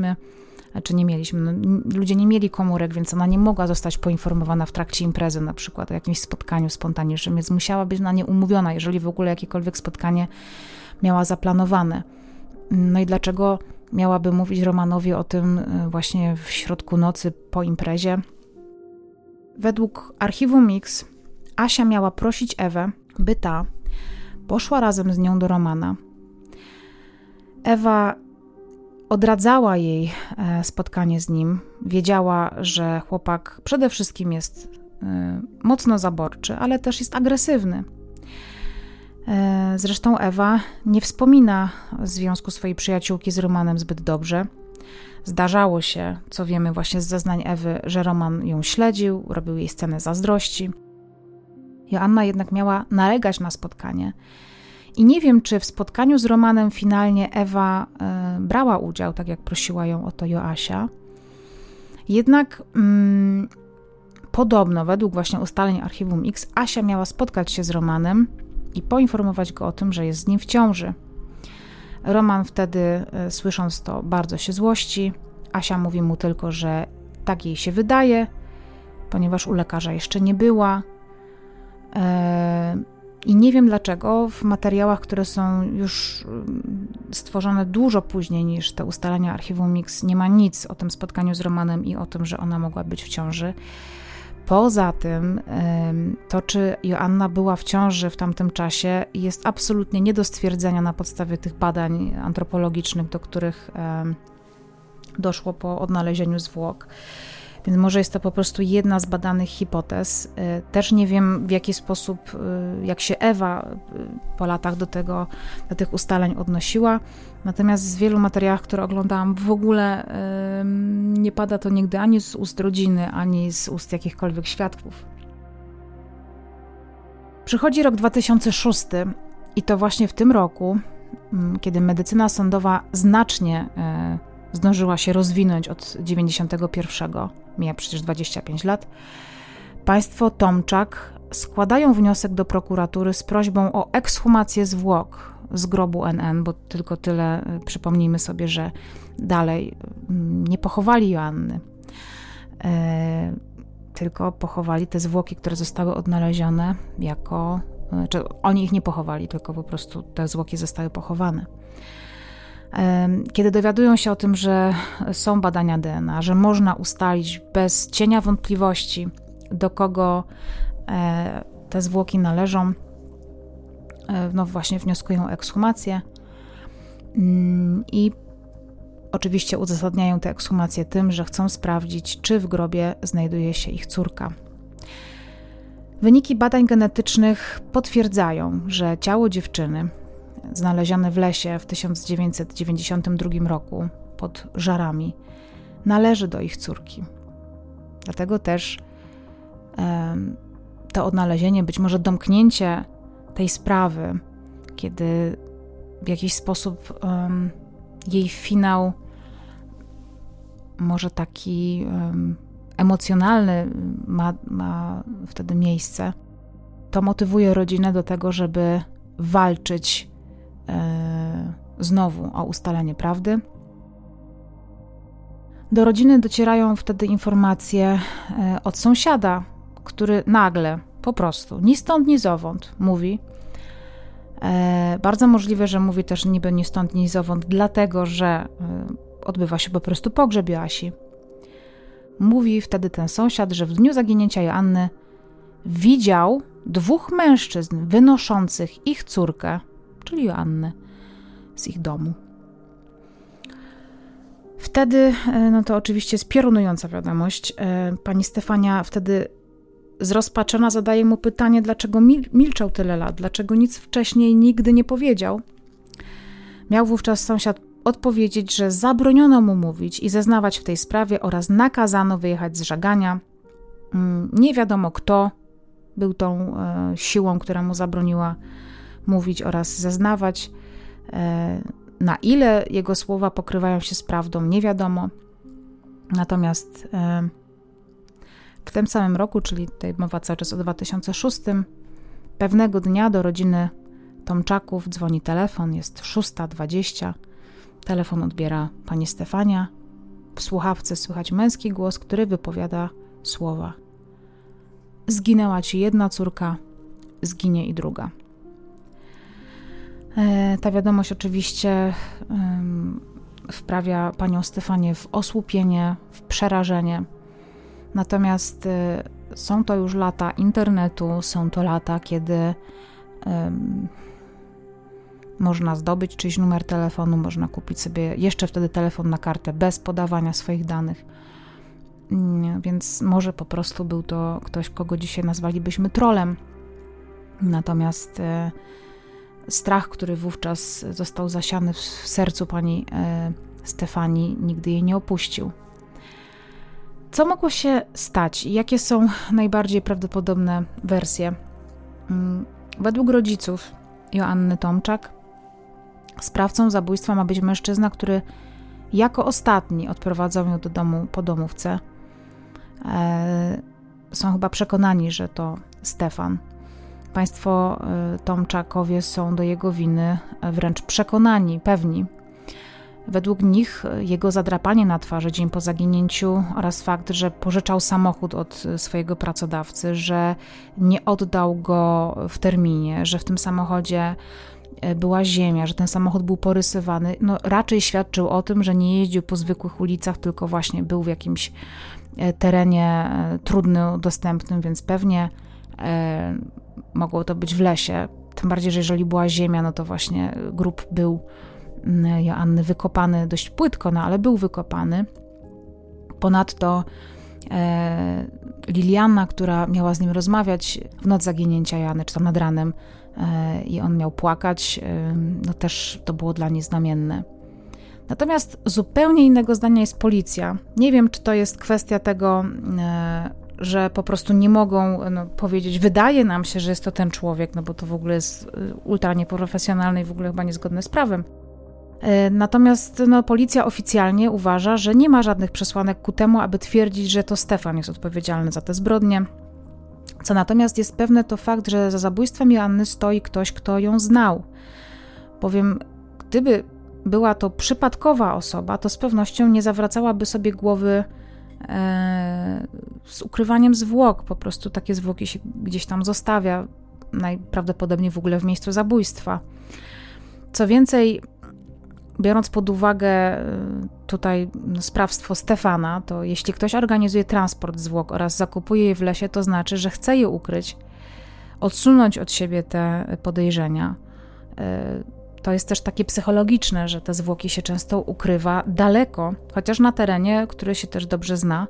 ludzie nie mieli komórek, więc ona nie mogła zostać poinformowana w trakcie imprezy, na przykład o jakimś spotkaniu spontanicznym, więc musiała być na nie umówiona, jeżeli w ogóle jakiekolwiek spotkanie miała zaplanowane. No i dlaczego miałaby mówić Romanowi o tym właśnie w środku nocy po imprezie? Według archiwum Mix Asia miała prosić Ewę, by ta poszła razem z nią do Romana. Ewa odradzała jej spotkanie z nim. Wiedziała, że chłopak przede wszystkim jest mocno zaborczy, ale też jest agresywny. Zresztą Ewa nie wspomina związku swojej przyjaciółki z Romanem zbyt dobrze. Zdarzało się, co wiemy właśnie z zeznań Ewy, że Roman ją śledził, robił jej scenę zazdrości. Joanna jednak miała nalegać na spotkanie. I nie wiem, czy w spotkaniu z Romanem finalnie Ewa brała udział, tak jak prosiła ją o to Joasia. Jednak podobno, według właśnie ustaleń archiwum X, Asia miała spotkać się z Romanem i poinformować go o tym, że jest z nim w ciąży. Roman wtedy, słysząc to, bardzo się złości. Asia mówi mu tylko, że tak jej się wydaje ponieważ u lekarza jeszcze nie była. I nie wiem dlaczego w materiałach, które są już stworzone dużo później niż te ustalenia archiwum Mix, nie ma nic o tym spotkaniu z Romanem i o tym, że ona mogła być w ciąży. Poza tym, to czy Joanna była w ciąży w tamtym czasie jest absolutnie nie do stwierdzenia na podstawie tych badań antropologicznych, do których doszło po odnalezieniu zwłok. Więc może jest to po prostu jedna z badanych hipotez. Też nie wiem, w jaki sposób, jak się Ewa po latach do tych ustaleń odnosiła. Natomiast w wielu materiałach, które oglądałam, w ogóle nie pada to nigdy ani z ust rodziny, ani z ust jakichkolwiek świadków. Przychodzi rok 2006 i to właśnie w tym roku, kiedy medycyna sądowa znacznie zdążyła się rozwinąć od 91, mija przecież 25 lat, państwo Tomczak składają wniosek do prokuratury z prośbą o ekshumację zwłok z grobu NN, bo tylko tyle, przypomnijmy sobie, że dalej nie pochowali Joanny, tylko pochowali te zwłoki, które zostały odnalezione oni ich nie pochowali, tylko po prostu te zwłoki zostały pochowane. Kiedy dowiadują się o tym, że są badania DNA, że można ustalić bez cienia wątpliwości, do kogo te zwłoki należą, no właśnie wnioskują o ekshumację i oczywiście uzasadniają tę ekshumację tym, że chcą sprawdzić, czy w grobie znajduje się ich córka. Wyniki badań genetycznych potwierdzają, że ciało dziewczyny znalezione w lesie w 1992 roku pod Żarami należy do ich córki. Dlatego też to odnalezienie, być może domknięcie tej sprawy, kiedy w jakiś sposób jej finał, może taki emocjonalny, ma wtedy miejsce, to motywuje rodzinę do tego, żeby walczyć znowu o ustalenie prawdy. Do rodziny docierają wtedy informacje od sąsiada, który nagle, po prostu, ni stąd, ni zowąd mówi. Bardzo możliwe, że mówi też niby ni stąd, ni zowąd, dlatego, że odbywa się po prostu pogrzeb Joasi. Mówi wtedy ten sąsiad, że w dniu zaginięcia Joanny widział 2 mężczyzn wynoszących ich córkę, czyli Joannę, z ich domu. Wtedy, no to oczywiście jest piorunująca wiadomość, pani Stefania wtedy zrozpaczona zadaje mu pytanie, dlaczego milczał tyle lat, dlaczego nic wcześniej nigdy nie powiedział. Miał wówczas sąsiad odpowiedzieć, że zabroniono mu mówić i zeznawać w tej sprawie oraz nakazano wyjechać z Żagania. Nie wiadomo, kto był tą siłą, która mu zabroniła mówić oraz zeznawać. Na ile jego słowa pokrywają się z prawdą, nie wiadomo. Natomiast w tym samym roku, czyli tutaj mowa cały czas o 2006, pewnego dnia do rodziny Tomczaków dzwoni telefon, jest 6:20. Telefon odbiera pani Stefania. W słuchawce słychać męski głos, który wypowiada słowa: zginęła ci jedna córka, zginie i druga. Ta wiadomość oczywiście wprawia panią Stefanię w osłupienie, w przerażenie. Natomiast są to już lata internetu, są to lata, kiedy można zdobyć czyjś numer telefonu, można kupić sobie jeszcze wtedy telefon na kartę bez podawania swoich danych. Więc może po prostu był to ktoś, kogo dzisiaj nazwalibyśmy trolem. Natomiast strach, który wówczas został zasiany w sercu pani Stefanii, nigdy jej nie opuścił. Co mogło się stać i jakie są najbardziej prawdopodobne wersje? Według rodziców Joanny Tomczak sprawcą zabójstwa ma być mężczyzna, który jako ostatni odprowadzał ją do domu po domówce. Są chyba przekonani, że to Stefan. Państwo Tomczakowie są do jego winy wręcz przekonani, pewni. Według nich jego zadrapanie na twarzy dzień po zaginięciu oraz fakt, że pożyczał samochód od swojego pracodawcy, że nie oddał go w terminie, że w tym samochodzie była ziemia, że ten samochód był porysowany, raczej świadczył o tym, że nie jeździł po zwykłych ulicach, tylko właśnie był w jakimś terenie trudno dostępnym, więc pewnie mogło to być w lesie. Tym bardziej, że jeżeli była ziemia, to właśnie grób był Joanny wykopany dość płytko, ale był wykopany. Ponadto Liliana, która miała z nim rozmawiać w noc zaginięcia Joanny, czy tam nad ranem, i on miał płakać, też to było dla niej znamienne. Natomiast zupełnie innego zdania jest policja. Nie wiem, czy to jest kwestia tego, że po prostu nie mogą powiedzieć, wydaje nam się, że jest to ten człowiek, bo to w ogóle jest ultra nieprofesjonalne i w ogóle chyba niezgodne z prawem. Natomiast policja oficjalnie uważa, że nie ma żadnych przesłanek ku temu, aby twierdzić, że to Stefan jest odpowiedzialny za te zbrodnie. Co natomiast jest pewne, to fakt, że za zabójstwem Joanny stoi ktoś, kto ją znał. Bowiem gdyby była to przypadkowa osoba, to z pewnością nie zawracałaby sobie głowy z ukrywaniem zwłok. Po prostu takie zwłoki się gdzieś tam zostawia, najprawdopodobniej w ogóle w miejscu zabójstwa. Co więcej, biorąc pod uwagę tutaj sprawstwo Stefana, to jeśli ktoś organizuje transport zwłok oraz zakupuje je w lesie, to znaczy, że chce je ukryć, odsunąć od siebie te podejrzenia. To jest też takie psychologiczne, że te zwłoki się często ukrywa daleko, chociaż na terenie, który się też dobrze zna,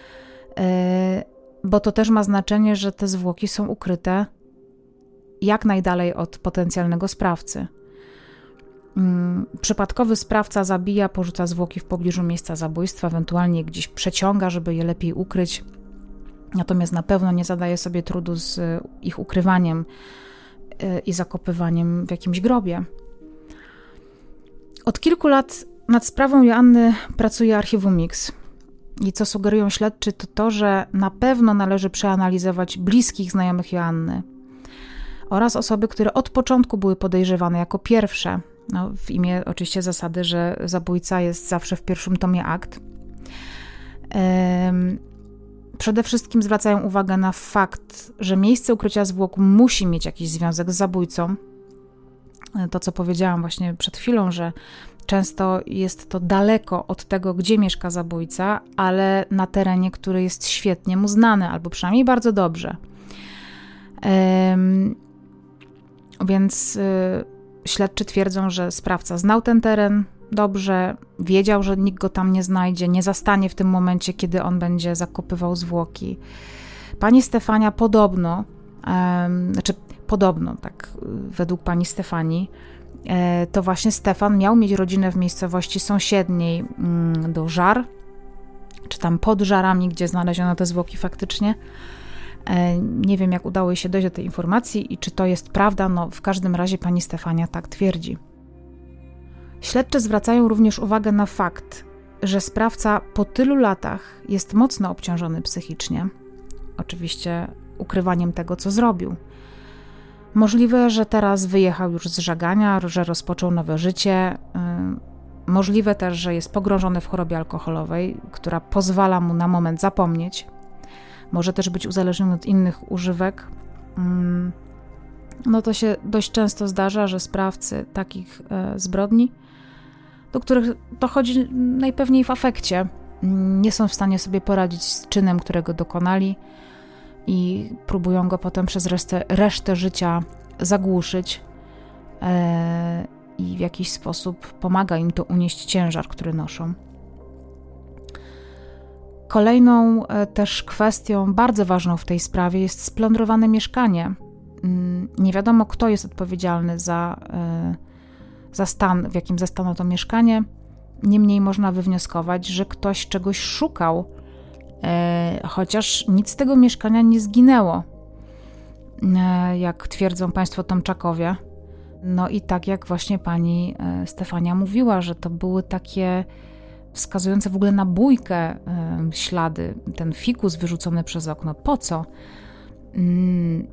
bo to też ma znaczenie, że te zwłoki są ukryte jak najdalej od potencjalnego sprawcy. Przypadkowy sprawca zabija, porzuca zwłoki w pobliżu miejsca zabójstwa, ewentualnie gdzieś przeciąga, żeby je lepiej ukryć, natomiast na pewno nie zadaje sobie trudu z ich ukrywaniem i zakopywaniem w jakimś grobie. Od kilku lat nad sprawą Joanny pracuje Archiwum X i co sugerują śledczy, to to, że na pewno należy przeanalizować bliskich znajomych Joanny oraz osoby, które od początku były podejrzewane jako pierwsze, w imię oczywiście zasady, że zabójca jest zawsze w pierwszym tomie akt. Przede wszystkim zwracają uwagę na fakt, że miejsce ukrycia zwłok musi mieć jakiś związek z zabójcą. To, co powiedziałam właśnie przed chwilą, że często jest to daleko od tego, gdzie mieszka zabójca, ale na terenie, który jest świetnie mu znany, albo przynajmniej bardzo dobrze. Więc śledczy twierdzą, że sprawca znał ten teren dobrze, wiedział, że nikt go tam nie znajdzie, nie zastanie w tym momencie, kiedy on będzie zakopywał zwłoki. Pani Stefania podobno, tak według pani Stefanii, to właśnie Stefan miał mieć rodzinę w miejscowości sąsiedniej do Żar, czy tam pod Żarami, gdzie znaleziono te zwłoki faktycznie. Nie wiem, jak udało jej się dojść do tej informacji i czy to jest prawda, w każdym razie pani Stefania tak twierdzi. Śledczy zwracają również uwagę na fakt, że sprawca po tylu latach jest mocno obciążony psychicznie, oczywiście ukrywaniem tego, co zrobił. Możliwe, że teraz wyjechał już z żagania, że rozpoczął nowe życie. Możliwe też, że jest pogrążony w chorobie alkoholowej, która pozwala mu na moment zapomnieć. Może też być uzależniony od innych używek. To się dość często zdarza, że sprawcy takich zbrodni, do których dochodzi najpewniej w afekcie, nie są w stanie sobie poradzić z czynem, którego dokonali i próbują go potem przez resztę życia zagłuszyć i w jakiś sposób pomaga im to unieść ciężar, który noszą. Kolejną też kwestią bardzo ważną w tej sprawie jest splądrowane mieszkanie. Nie wiadomo, kto jest odpowiedzialny za stan, w jakim zastano to mieszkanie. Niemniej można wywnioskować, że ktoś czegoś szukał, chociaż nic z tego mieszkania nie zginęło, jak twierdzą państwo Tomczakowie. I tak jak właśnie pani Stefania mówiła, że to były takie wskazujące w ogóle na bójkę ślady, ten fikus wyrzucony przez okno. Po co?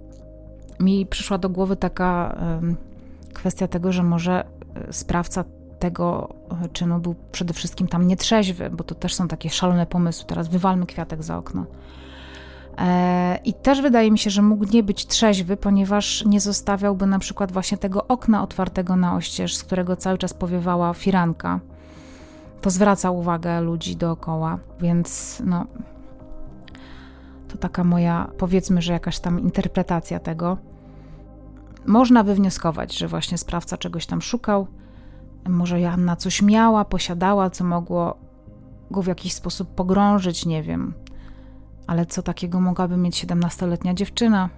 Mi przyszła do głowy taka kwestia tego, że może sprawca tego czynu był przede wszystkim tam nietrzeźwy, bo to też są takie szalone pomysły. Teraz wywalmy kwiatek za okno. I też wydaje mi się, że mógł nie być trzeźwy, ponieważ nie zostawiałby na przykład właśnie tego okna otwartego na oścież, z którego cały czas powiewała firanka. To zwraca uwagę ludzi dookoła, więc no, to taka moja, powiedzmy, że jakaś tam interpretacja tego. Można wywnioskować, że właśnie sprawca czegoś tam szukał, może Joanna coś miała, posiadała, co mogło go w jakiś sposób pogrążyć, nie wiem. Ale co takiego mogłaby mieć 17-letnia dziewczyna?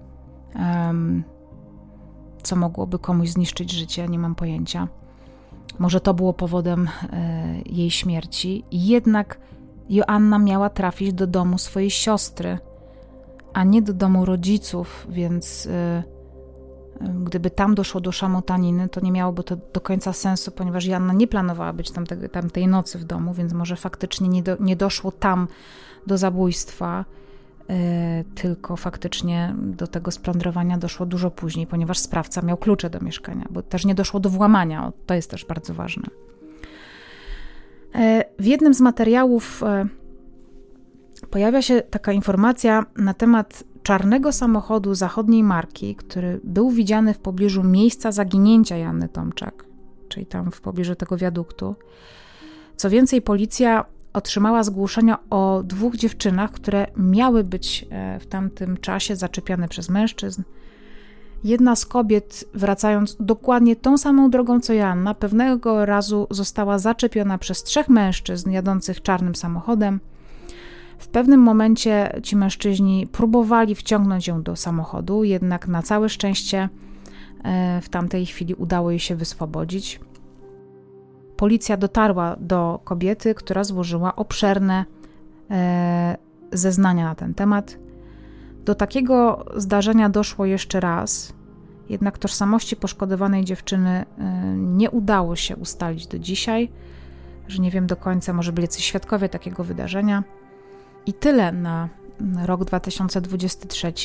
Co mogłoby komuś zniszczyć życie? Nie mam pojęcia. Może to było powodem jej śmierci. Jednak Joanna miała trafić do domu swojej siostry, a nie do domu rodziców, więc gdyby tam doszło do szamotaniny, to nie miałoby to do końca sensu, ponieważ Joanna nie planowała być tamtej nocy w domu, więc może faktycznie nie doszło tam do zabójstwa, tylko faktycznie do tego splądrowania doszło dużo później, ponieważ sprawca miał klucze do mieszkania, bo też nie doszło do włamania, to jest też bardzo ważne. W jednym z materiałów pojawia się taka informacja na temat czarnego samochodu zachodniej marki, który był widziany w pobliżu miejsca zaginięcia Joanny Tomczak, czyli tam w pobliżu tego wiaduktu. Co więcej, policja otrzymała zgłoszenia o 2 dziewczynach, które miały być w tamtym czasie zaczepiane przez mężczyzn. Jedna z kobiet, wracając dokładnie tą samą drogą co Joanna, pewnego razu została zaczepiona przez 3 mężczyzn jadących czarnym samochodem. W pewnym momencie ci mężczyźni próbowali wciągnąć ją do samochodu, jednak na całe szczęście w tamtej chwili udało jej się wyswobodzić. Policja dotarła do kobiety, która złożyła obszerne zeznania na ten temat. Do takiego zdarzenia doszło jeszcze raz, jednak tożsamości poszkodowanej dziewczyny nie udało się ustalić do dzisiaj, że nie wiem do końca, może byli jacyś świadkowie takiego wydarzenia. I tyle na rok 2023.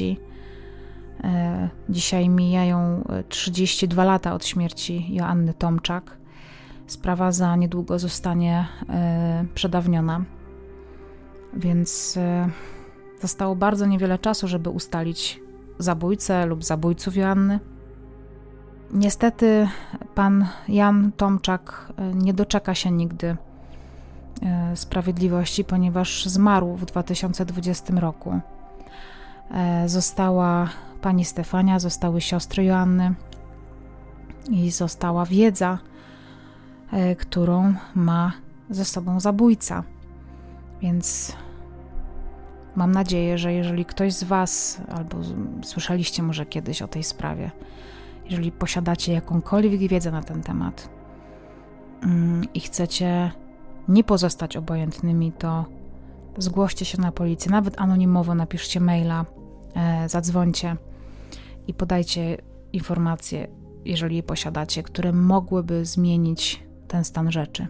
Dzisiaj mijają 32 lata od śmierci Joanny Tomczak. Sprawa za niedługo zostanie przedawniona, więc zostało bardzo niewiele czasu, żeby ustalić zabójcę lub zabójców Joanny. Niestety pan Jan Tomczak nie doczeka się nigdy sprawiedliwości, ponieważ zmarł w 2020 roku. Została pani Stefania, zostały siostry Joanny i została wiedza, którą ma ze sobą zabójca. Więc mam nadzieję, że jeżeli ktoś z was, albo słyszeliście może kiedyś o tej sprawie, jeżeli posiadacie jakąkolwiek wiedzę na ten temat i chcecie nie pozostać obojętnymi, to zgłoście się na policję, nawet anonimowo napiszcie maila, zadzwońcie i podajcie informacje, jeżeli je posiadacie, które mogłyby zmienić ten stan rzeczy.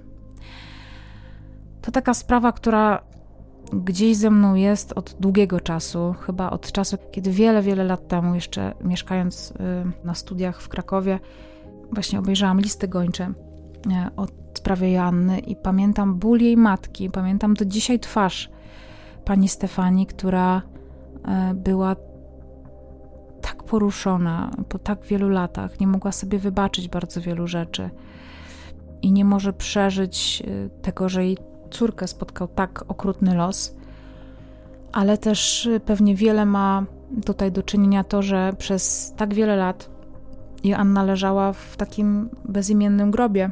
To taka sprawa, która gdzieś ze mną jest od długiego czasu, chyba od czasu, kiedy wiele lat temu, jeszcze mieszkając na studiach w Krakowie, właśnie obejrzałam listy gończe o sprawie Joanny i pamiętam ból jej matki, pamiętam do dzisiaj twarz pani Stefanii, która była tak poruszona po tak wielu latach, nie mogła sobie wybaczyć bardzo wielu rzeczy i nie może przeżyć tego, że jej córkę spotkał tak okrutny los, ale też pewnie wiele ma tutaj do czynienia to, że przez tak wiele lat Joanna leżała w takim bezimiennym grobie.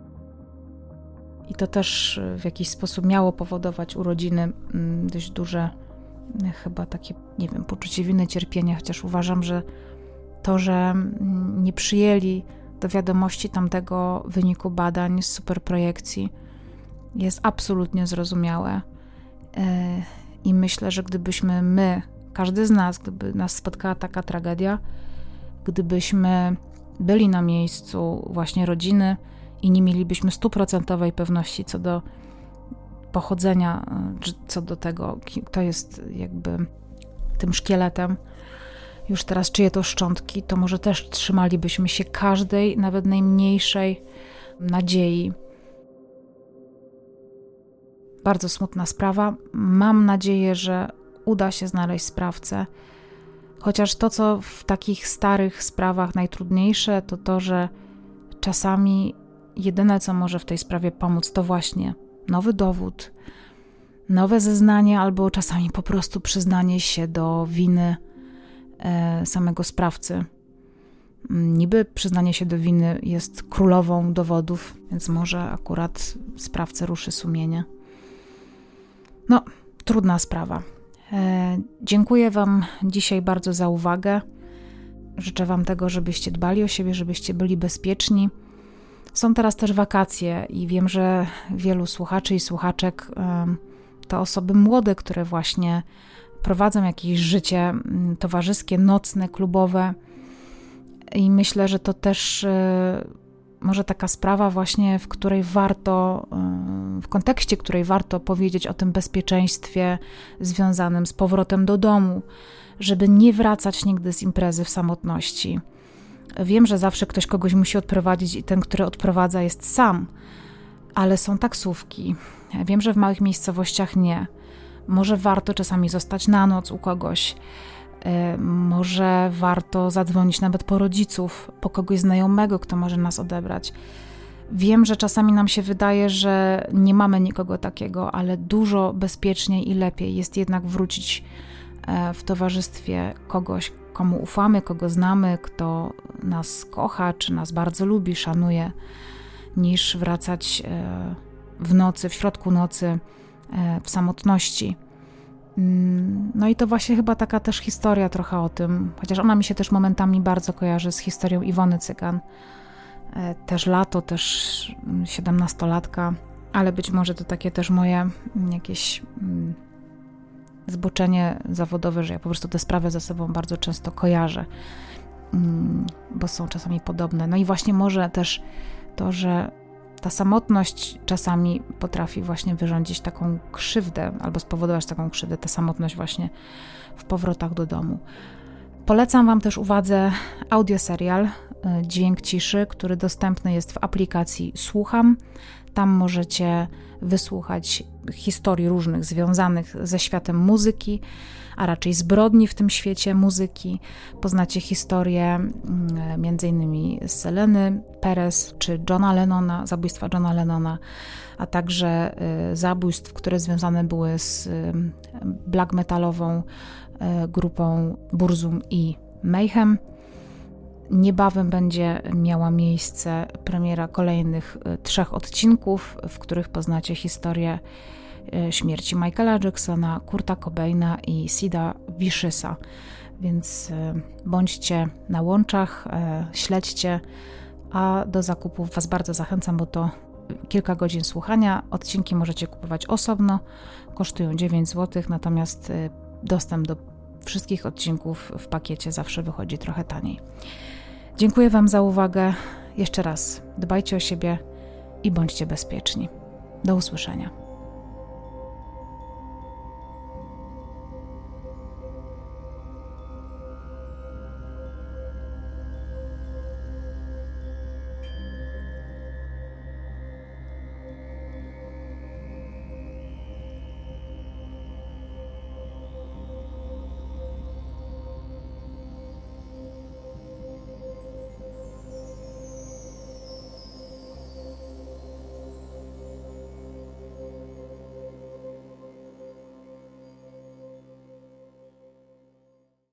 I to też w jakiś sposób miało powodować u rodziny dość duże chyba takie, nie wiem, poczucie winy, cierpienia, chociaż uważam, że to, że nie przyjęli do wiadomości tamtego wyniku badań z superprojekcji, jest absolutnie zrozumiałe. I myślę, że gdybyśmy my, każdy z nas, gdyby nas spotkała taka tragedia, gdybyśmy byli na miejscu właśnie rodziny i nie mielibyśmy 100% pewności co do pochodzenia, co do tego, kto jest jakby tym szkieletem, już teraz czyje to szczątki, to może też trzymalibyśmy się każdej, nawet najmniejszej nadziei. Bardzo smutna sprawa. Mam nadzieję, że uda się znaleźć sprawcę. Chociaż to, co w takich starych sprawach najtrudniejsze, to to, że czasami jedyne, co może w tej sprawie pomóc, to właśnie nowy dowód, nowe zeznanie albo czasami po prostu przyznanie się do winy samego sprawcy. Niby przyznanie się do winy jest królową dowodów, więc może akurat sprawcę ruszy sumienie. No, trudna sprawa. Dziękuję Wam dzisiaj bardzo za uwagę. Życzę Wam tego, żebyście dbali o siebie, żebyście byli bezpieczni. Są teraz też wakacje i wiem, że wielu słuchaczy i słuchaczek to osoby młode, które właśnie prowadzą jakieś życie towarzyskie, nocne, klubowe. I myślę, że to też może taka sprawa właśnie, w kontekście której warto powiedzieć o tym bezpieczeństwie związanym z powrotem do domu, żeby nie wracać nigdy z imprezy w samotności. Wiem, że zawsze ktoś kogoś musi odprowadzić i ten, który odprowadza, jest sam, ale są taksówki. Wiem, że w małych miejscowościach nie. Może warto czasami zostać na noc u kogoś. Może warto zadzwonić nawet po rodziców, po kogoś znajomego, kto może nas odebrać. Wiem, że czasami nam się wydaje, że nie mamy nikogo takiego, ale dużo bezpieczniej i lepiej jest jednak wrócić w towarzystwie kogoś, komu ufamy, kogo znamy, kto nas kocha, czy nas bardzo lubi, szanuje, niż wracać w nocy, w środku nocy, w samotności. No i to właśnie chyba taka też historia trochę o tym, chociaż ona mi się też momentami bardzo kojarzy z historią Iwony Cygan. Też lato, też 17-latka, ale być może to takie też moje jakieś zboczenie zawodowe, że ja po prostu te sprawy ze sobą bardzo często kojarzę, bo są czasami podobne. No i właśnie może też to, że ta samotność czasami potrafi właśnie wyrządzić taką krzywdę, albo spowodować taką krzywdę, ta samotność właśnie w powrotach do domu. Polecam Wam też uwadze audioserial Dźwięk ciszy, który dostępny jest w aplikacji Słucham. Tam możecie wysłuchać historii różnych związanych ze światem muzyki, a raczej zbrodni w tym świecie muzyki. Poznacie historię m.in. Seleny Perez czy Johna Lennona, zabójstwa Johna Lennona, a także zabójstw, które związane były z black metalową grupą Burzum i Mayhem. Niebawem będzie miała miejsce premiera kolejnych 3 odcinków, w których poznacie historię śmierci Michaela Jacksona, Kurta Cobaina i Sida Vicious'a. Więc bądźcie na łączach, śledźcie, a do zakupów Was bardzo zachęcam, bo to kilka godzin słuchania. Odcinki możecie kupować osobno, kosztują 9 zł, natomiast dostęp do wszystkich odcinków w pakiecie zawsze wychodzi trochę taniej. Dziękuję Wam za uwagę. Jeszcze raz dbajcie o siebie i bądźcie bezpieczni. Do usłyszenia.